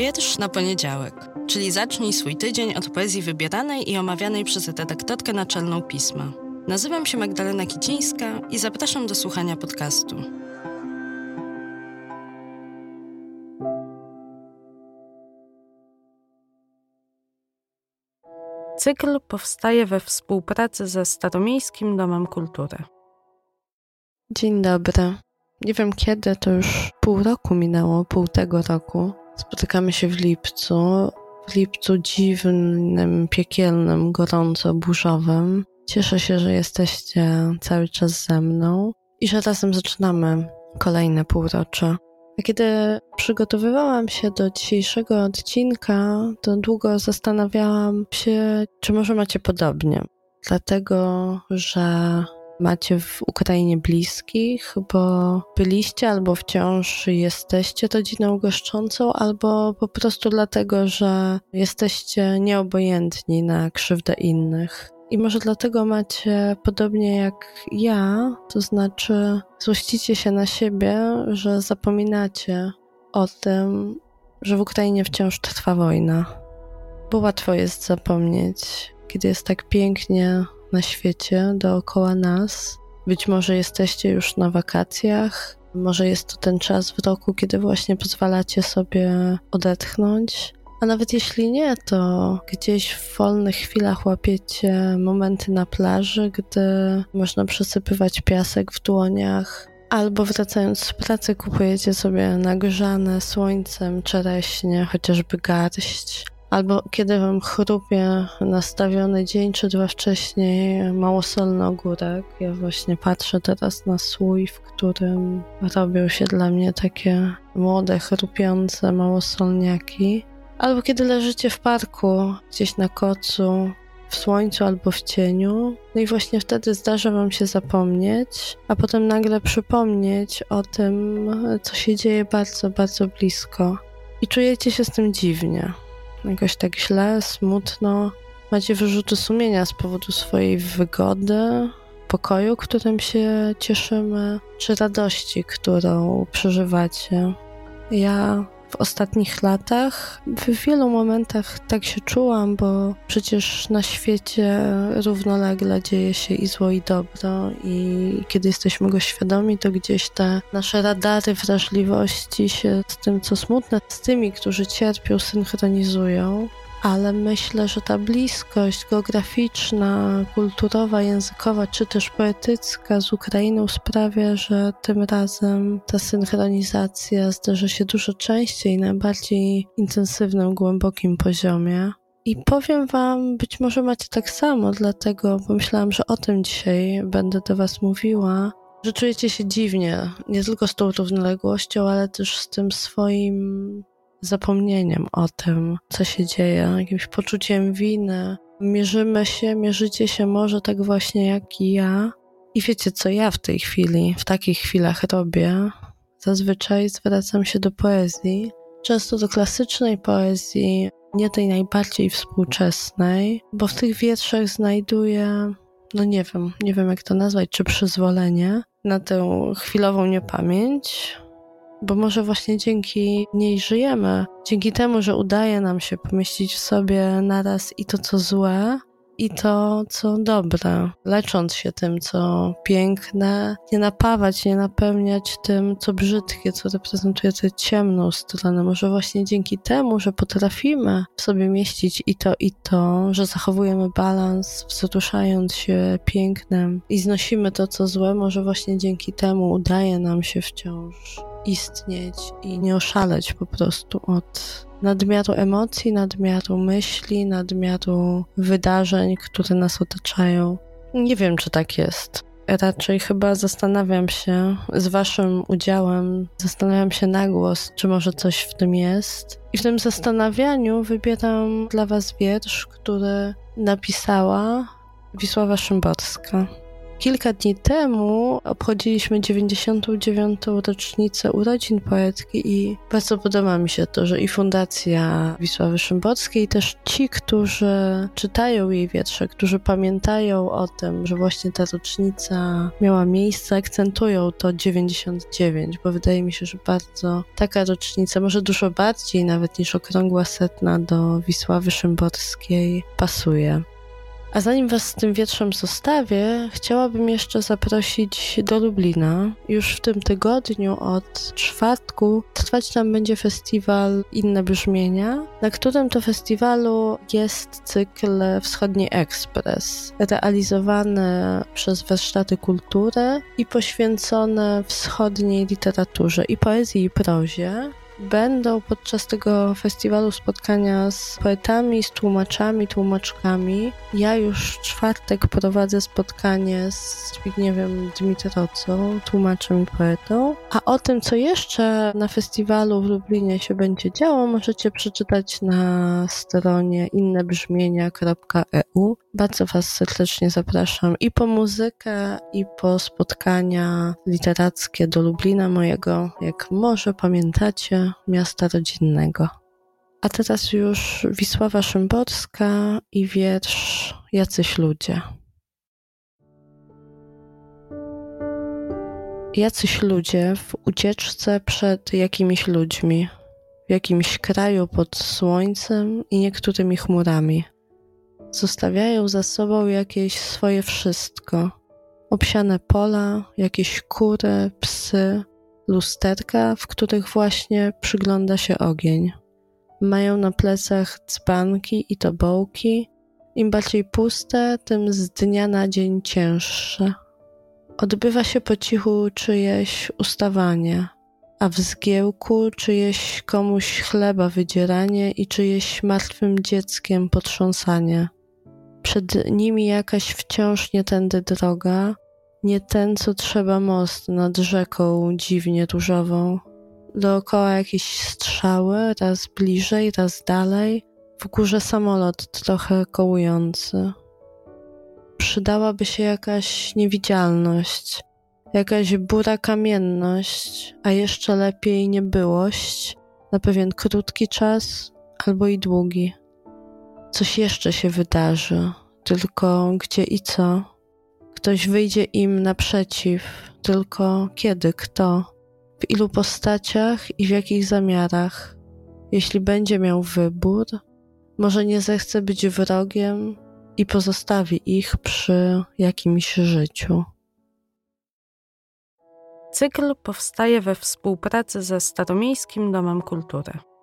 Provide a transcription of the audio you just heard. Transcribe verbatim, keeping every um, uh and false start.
Wiersz na poniedziałek, czyli zacznij swój tydzień od poezji wybieranej i omawianej przez redaktorkę naczelną pisma. Nazywam się Magdalena Kicińska i zapraszam do słuchania podcastu. Cykl powstaje we współpracy ze Staromiejskim Domem Kultury. Dzień dobry. Nie wiem kiedy, to już pół roku minęło, pół tego roku. Spotykamy się w lipcu. W lipcu dziwnym, piekielnym, gorąco, burzowym. Cieszę się, że jesteście cały czas ze mną i że razem zaczynamy kolejne półrocze. A kiedy przygotowywałam się do dzisiejszego odcinka, to długo zastanawiałam się, czy może macie podobnie. Dlatego, że macie w Ukrainie bliskich, bo byliście albo wciąż jesteście rodziną goszczącą, albo po prostu dlatego, że jesteście nieobojętni na krzywdę innych. I może dlatego macie podobnie jak ja, to znaczy złościcie się na siebie, że zapominacie o tym, że w Ukrainie wciąż trwa wojna. Bo łatwo jest zapomnieć, kiedy jest tak pięknie na świecie, dookoła nas. Być może jesteście już na wakacjach, może jest to ten czas w roku, kiedy właśnie pozwalacie sobie odetchnąć. A nawet jeśli nie, to gdzieś w wolnych chwilach łapiecie momenty na plaży, gdy można przesypywać piasek w dłoniach, albo wracając z pracy kupujecie sobie nagrzane słońcem czereśnie, chociażby garść, albo kiedy wam chrupie nastawiony dzień czy dwa wcześniej małosolny ogórek. Ja właśnie patrzę teraz na słój, w którym robią się dla mnie takie młode, chrupiące małosolniaki. Albo kiedy leżycie w parku, gdzieś na kocu, w słońcu albo w cieniu, no i właśnie wtedy zdarza wam się zapomnieć, a potem nagle przypomnieć o tym, co się dzieje bardzo, bardzo blisko. I czujecie się z tym dziwnie. Jakoś tak źle, smutno. Macie wyrzuty sumienia z powodu swojej wygody, pokoju, którym się cieszymy, czy radości, którą przeżywacie. Ja w ostatnich latach w wielu momentach tak się czułam, bo przecież na świecie równolegle dzieje się i zło, i dobro, i kiedy jesteśmy go świadomi, to gdzieś te nasze radary wrażliwości się z tym, co smutne, z tymi, którzy cierpią, synchronizują. Ale myślę, że ta bliskość geograficzna, kulturowa, językowa, czy też poetycka z Ukrainą sprawia, że tym razem ta synchronizacja zdarzy się dużo częściej, na bardziej intensywnym, głębokim poziomie. I powiem wam, być może macie tak samo, dlatego pomyślałam, że o tym dzisiaj będę do was mówiła, że czujecie się dziwnie, nie tylko z tą równoległością, ale też z tym swoim zapomnieniem o tym, co się dzieje, jakimś poczuciem winy. Mierzymy się, mierzycie się może tak właśnie jak i ja. I wiecie, co ja w tej chwili, w takich chwilach robię? Zazwyczaj zwracam się do poezji, często do klasycznej poezji, nie tej najbardziej współczesnej, bo w tych wierszach znajduję, no nie wiem, nie wiem jak to nazwać, czy przyzwolenie na tę chwilową niepamięć, bo może właśnie dzięki niej żyjemy, dzięki temu, że udaje nam się pomieścić w sobie naraz i to, co złe, i to, co dobre, lecząc się tym, co piękne, nie napawać, nie napełniać tym, co brzydkie, co reprezentuje tę ciemną stronę. Może właśnie dzięki temu, że potrafimy w sobie mieścić i to, i to, że zachowujemy balans, wzruszając się pięknem i znosimy to, co złe, może właśnie dzięki temu udaje nam się wciąż istnieć i nie oszaleć po prostu od nadmiaru emocji, nadmiaru myśli, nadmiaru wydarzeń, które nas otaczają. Nie wiem, czy tak jest. Raczej chyba zastanawiam się z waszym udziałem, zastanawiam się na głos, czy może coś w tym jest. I w tym zastanawianiu wybieram dla was wiersz, który napisała Wisława Szymborska. Kilka dni temu obchodziliśmy dziewięćdziesiątą dziewiątą rocznicę urodzin poetki i bardzo podoba mi się to, że i Fundacja Wisławy Szymborskiej, i też ci, którzy czytają jej wiersze, którzy pamiętają o tym, że właśnie ta rocznica miała miejsce, akcentują to dziewięćdziesiąt dziewięć, bo wydaje mi się, że bardzo taka rocznica, może dużo bardziej nawet niż okrągła setna do Wisławy Szymborskiej pasuje. A zanim was z tym wierszem zostawię, chciałabym jeszcze zaprosić do Lublina. Już w tym tygodniu od czwartku trwać tam będzie festiwal Inne Brzmienia, na którym to festiwalu jest cykl Wschodni Ekspres, realizowany przez warsztaty kultury i poświęcony wschodniej literaturze i poezji i prozie. Będą podczas tego festiwalu spotkania z poetami, z tłumaczami, tłumaczkami. Ja już w czwartek prowadzę spotkanie z Zbigniewem Dmitrocą, tłumaczem i poetą. A o tym, co jeszcze na festiwalu w Lublinie się będzie działo, możecie przeczytać na stronie inne brzmienia kropka e u. Bardzo was serdecznie zapraszam i po muzykę, i po spotkania literackie do Lublina, mojego, jak może pamiętacie, miasta rodzinnego. A teraz już Wisława Szymborska i wiersz Jacyś ludzie. Jacyś ludzie w ucieczce przed jakimiś ludźmi, w jakimś kraju pod słońcem i niektórymi chmurami. Zostawiają za sobą jakieś swoje wszystko. Obsiane pola, jakieś kury, psy, lusterka, w których właśnie przygląda się ogień. Mają na plecach dzbanki i tobołki. Im bardziej puste, tym z dnia na dzień cięższe. Odbywa się po cichu czyjeś ustawanie, a w zgiełku czyjeś komuś chleba wydzieranie i czyjeś martwym dzieckiem potrząsanie. Przed nimi jakaś wciąż nie tędy droga, nie ten, co trzeba most nad rzeką dziwnie różową. Dookoła jakieś strzały, raz bliżej, raz dalej, w górze samolot trochę kołujący. Przydałaby się jakaś niewidzialność, jakaś bura kamienność, a jeszcze lepiej niebyłość na pewien krótki czas albo i długi. Coś jeszcze się wydarzy, tylko gdzie i co? Ktoś wyjdzie im naprzeciw, tylko kiedy, kto, w ilu postaciach i w jakich zamiarach. Jeśli będzie miał wybór, może nie zechce być wrogiem i pozostawi ich przy jakimś życiu. Cykl powstaje we współpracy ze Staromiejskim Domem Kultury.